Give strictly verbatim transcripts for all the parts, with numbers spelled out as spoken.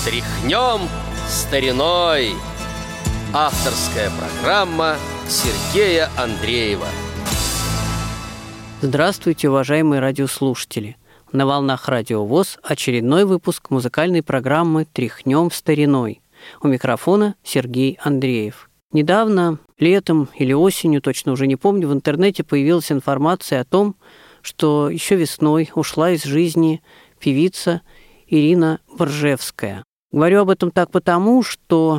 Тряхнем стариной. Авторская программа Сергея Андреева. Здравствуйте, уважаемые радиослушатели! На волнах Радио ВОС очередной выпуск музыкальной программы «Тряхнем стариной». У микрофона Сергей Андреев. Недавно, летом или осенью, точно уже не помню, в интернете появилась информация о том, что еще весной ушла из жизни певица Ирина Боржевская. Говорю об этом так потому, что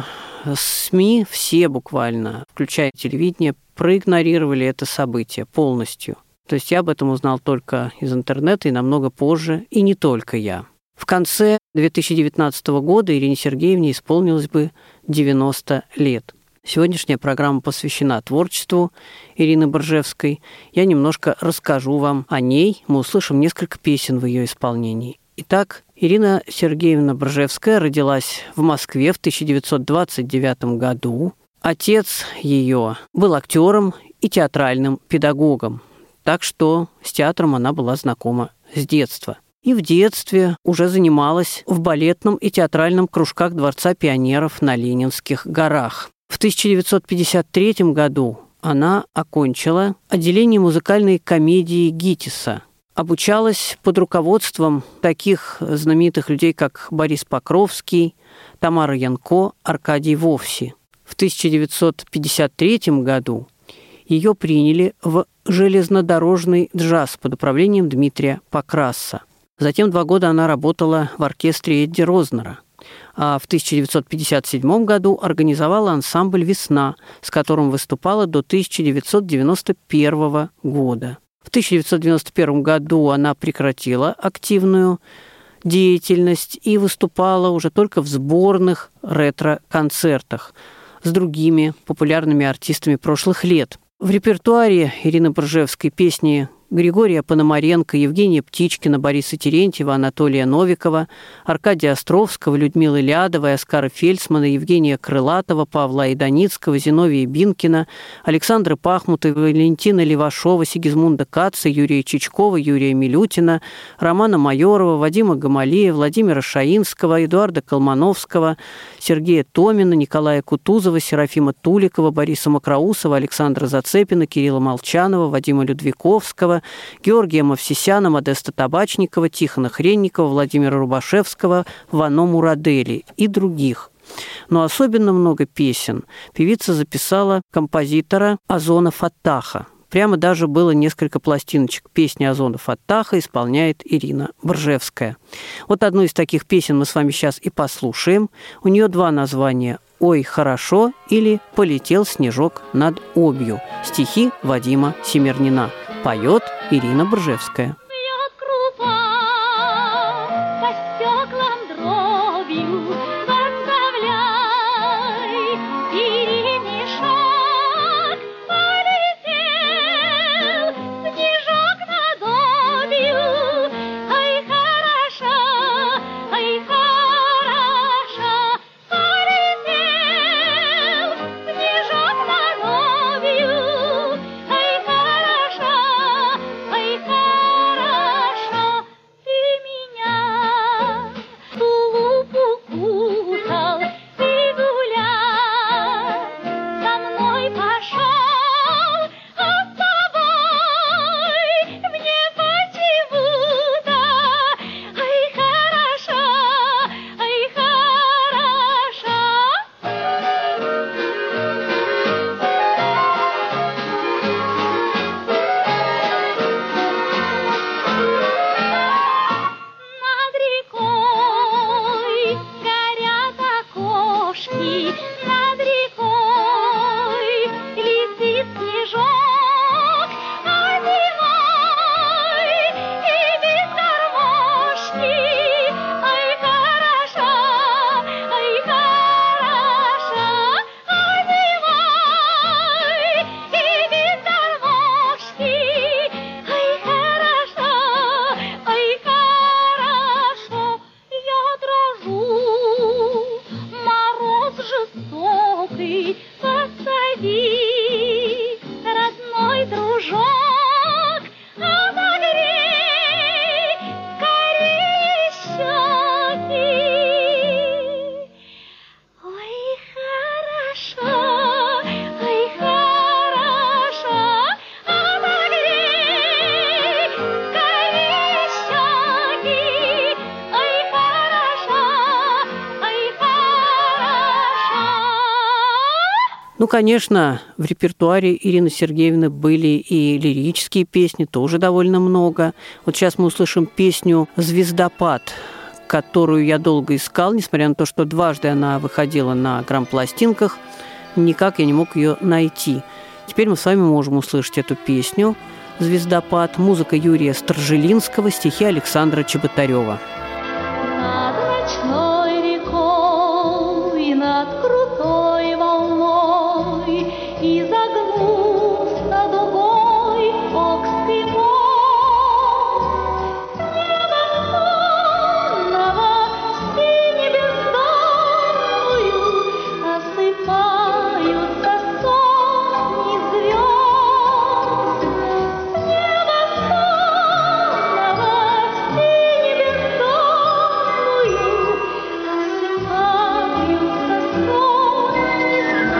СМИ все буквально, включая телевидение, проигнорировали это событие полностью. То есть я об этом узнал только из интернета и намного позже, и не только я. В конце две тысячи девятнадцатого года Ирине Сергеевне исполнилось бы девяносто лет. Сегодняшняя программа посвящена творчеству Ирины Боржевской. Я немножко расскажу вам о ней. Мы услышим несколько песен в ее исполнении. Итак, Ирина Сергеевна Боржевская родилась в Москве в тысяча девятьсот двадцать девятом году. Отец ее был актером и театральным педагогом, так что с театром она была знакома с детства. И в детстве уже занималась в балетном и театральном кружках Дворца пионеров на Ленинских горах. В тысяча девятьсот пятьдесят третьем году она окончила отделение музыкальной комедии ГИТИСа. Обучалась под руководством таких знаменитых людей, как Борис Покровский, Тамара Янко, Аркадий Вовси. В тысяча девятьсот пятьдесят третьем году ее приняли в железнодорожный джаз под управлением Дмитрия Покраса. Затем два года она работала в оркестре Эдди Рознера. А в тысяча девятьсот пятьдесят седьмом году организовала ансамбль «Весна», с которым выступала до тысяча девятьсот девяносто первого года. В тысяча девятьсот девяносто первом году она прекратила активную деятельность и выступала уже только в сборных ретро-концертах с другими популярными артистами прошлых лет. В репертуаре Ирины Боржевской песни Григория Пономаренко, Евгения Птичкина, Бориса Терентьева, Анатолия Новикова, Аркадия Островского, Людмилы Лядовой, Оскара Фельдсмана, Евгения Крылатова, Павла Айданицкого, Зиновия Бинкина, Александра Пахмутова, Валентина Левашова, Сигизмунда Каца, Юрия Чичкова, Юрия Милютина, Романа Майорова, Вадима Гамалея, Владимира Шаинского, Эдуарда Колмановского, Сергея Томина, Николая Кутузова, Серафима Туликова, Бориса Макроусова, Александра Зацепина, Кирилла Молчанова, Вадима Людвиковского, Георгия Мовсисяна, Модеста Табачникова, Тихона Хренникова, Владимира Рубашевского, Вано Мурадели и других. Но особенно много песен певица записала композитора Озона Фаттаха. Прямо даже было несколько пластиночек. Песни Озона Фаттаха исполняет Ирина Боржевская. Вот одну из таких песен мы с вами сейчас и послушаем. У нее два названия: «Ой, хорошо» или «Полетел снежок над Обью». Стихи Вадима Семернина. Поет Ирина Боржевская. Хорошо, Ну, конечно, в репертуаре Ирины Сергеевны были и лирические песни, тоже довольно много. Вот сейчас мы услышим песню «Звездопад», которую я долго искал, несмотря на то, что дважды она выходила на грампластинках, никак я не мог ее найти. Теперь мы с вами можем услышать эту песню «Звездопад», музыка Юрия Сторжелинского, стихи Александра Чеботарева. Над ночной рекой, над крутой волной, изогнулся дугой Окский мост. Небо сонного в синь бездонную осыпаются сотни звезд. Небо сонного в синь бездонную осыпаются сотни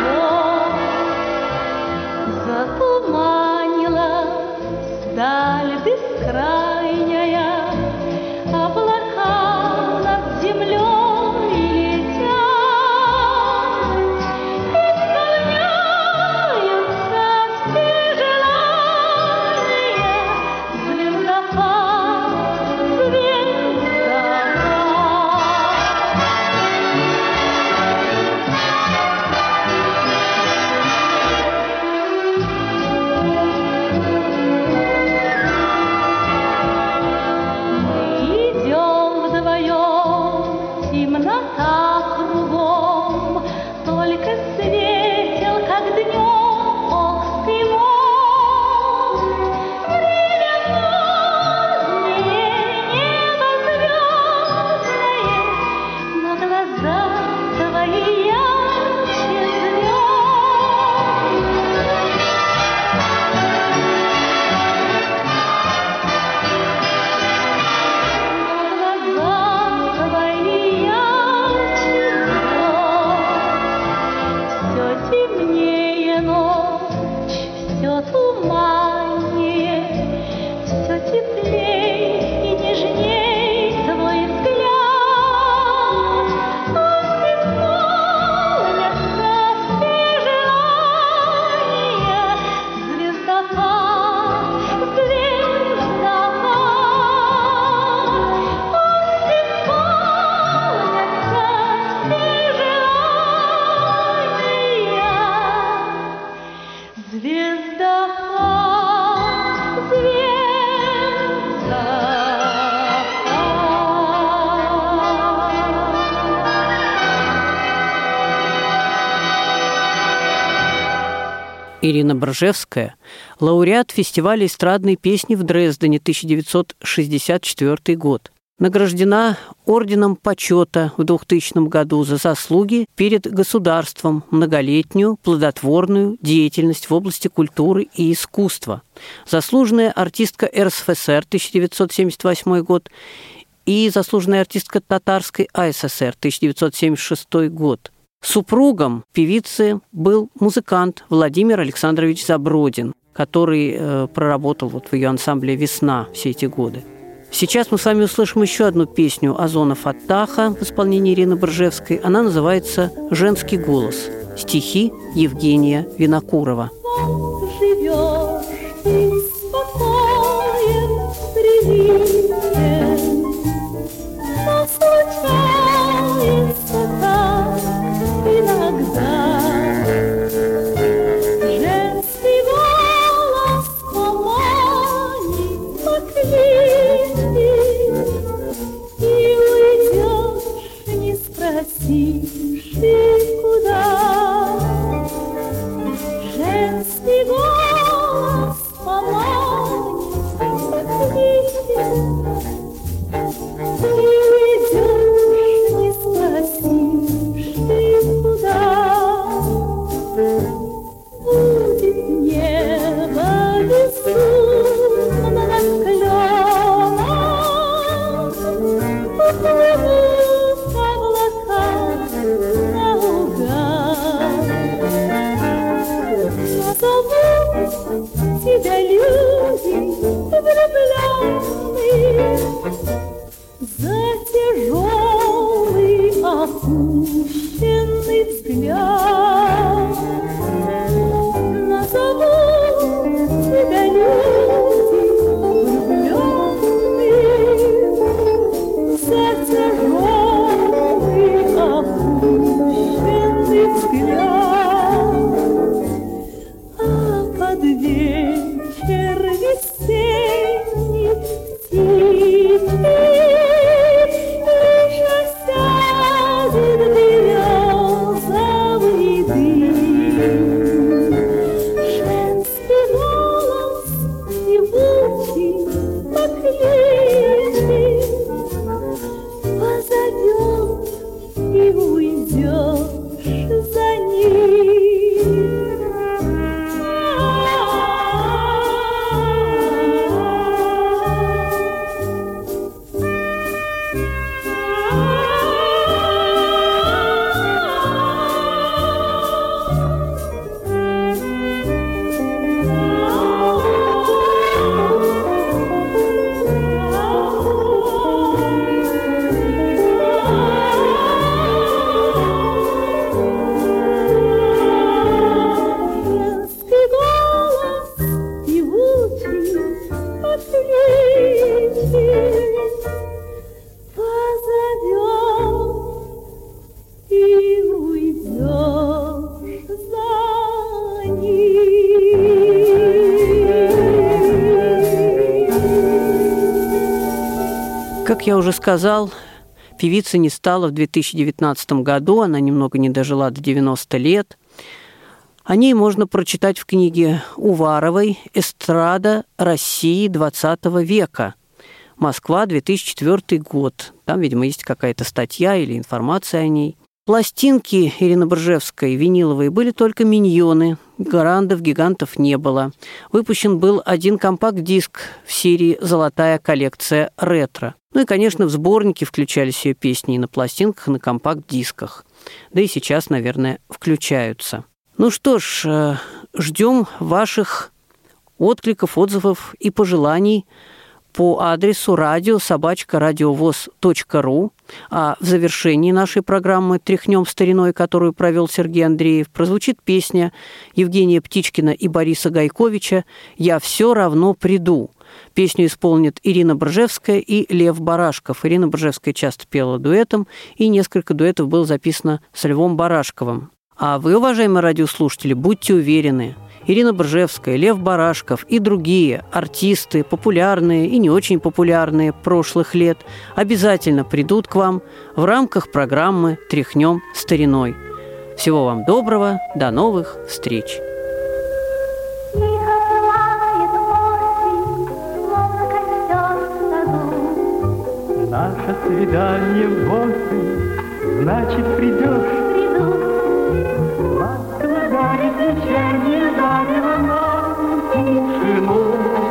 звезд. Затуманилась даль бескрайняя, облака над землей летят, исполняются все желания. Звездопад, звездопад. Мы идем вдвоем, темнота кругом, только светел, как днем, Окский мост. Время позднее, небо звездное, но глаза твои ярче звезд. Глаза твои ярче звезд. Все темнее ночь, все туманнее, все теплей и нежней твой взгляд. Пусть исполнятся все желания. Звездопад, звездопад. Пусть исполнятся все желания. Звездопад, звездопад. Ирина Боржевская, лауреат фестиваля эстрадной песни в Дрездене, тысяча девятьсот шестьдесят четвёртый год. Награждена орденом почета в двухтысячном году за заслуги перед государством, многолетнюю плодотворную деятельность в области культуры и искусства. Заслуженная артистка эр эс эф эс эр, тысяча девятьсот семьдесят восьмой год, и заслуженная артистка Татарской а эс эс эр, тысяча девятьсот семьдесят шестой год. Супругом певицы был музыкант Владимир Александрович Забродин, который э, проработал вот в ее ансамбле «Весна» все эти годы. Сейчас мы с вами услышим еще одну песню Озона Фаттаха в исполнении Ирины Боржевской. Она называется «Женский голос». Стихи Евгения Винокурова. Живешь ты спокоен привитен, но случается так иногда. Женский голос поманит, покличет, и уйдешь, не спросивши, куда. Женский голос позовет и уйдешь за ним. Как я уже сказал, певица не стала в две тысячи девятнадцатом году, она немного не дожила до девяноста лет. О ней можно прочитать в книге Уваровой «Эстрада России двадцатого века. Москва, две тысячи четвёртый год». Там, видимо, есть какая-то статья или информация о ней. Пластинки Ирины Боржевской виниловые были только миньоны, грандов, гигантов не было. Выпущен был один компакт-диск в серии «Золотая коллекция ретро». Ну и, конечно, в сборнике включались ее песни и на пластинках, и на компакт-дисках. Да и сейчас, наверное, включаются. Ну что ж, ждем ваших откликов, отзывов и пожеланий по адресу радио собака радиовоз точка ру. А в завершении нашей программы «Тряхнем стариной», которую провел Сергей Андреев, прозвучит песня Евгения Птичкина и Бориса Гайковича «Я все равно приду». Песню исполнят Ирина Боржевская и Лев Барашков. Ирина Боржевская часто пела дуэтом, и несколько дуэтов было записано с Львом Барашковым. А вы, уважаемые радиослушатели, будьте уверены, Ирина Боржевская, Лев Барашков и другие артисты, популярные и не очень популярные прошлых лет, обязательно придут к вам в рамках программы «Тряхнем стариной». Всего вам доброго, до новых встреч! Наше свидание в восемь, значит, придешь. Ласково дарит вечернее зарево нам тишину.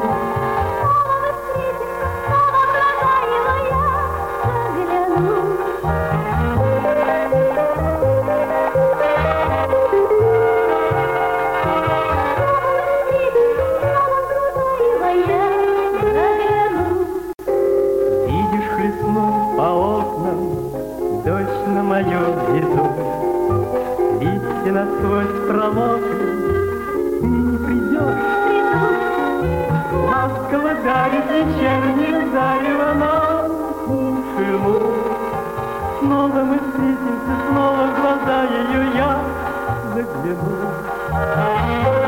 Видишь, хлестнув по окнам дождь на моем виду. Листья насквозь промокли, ты не придешь. Ласково дарит вечернее зарево нам тишину. Снова мы встретимся, снова в глаза ее я загляну.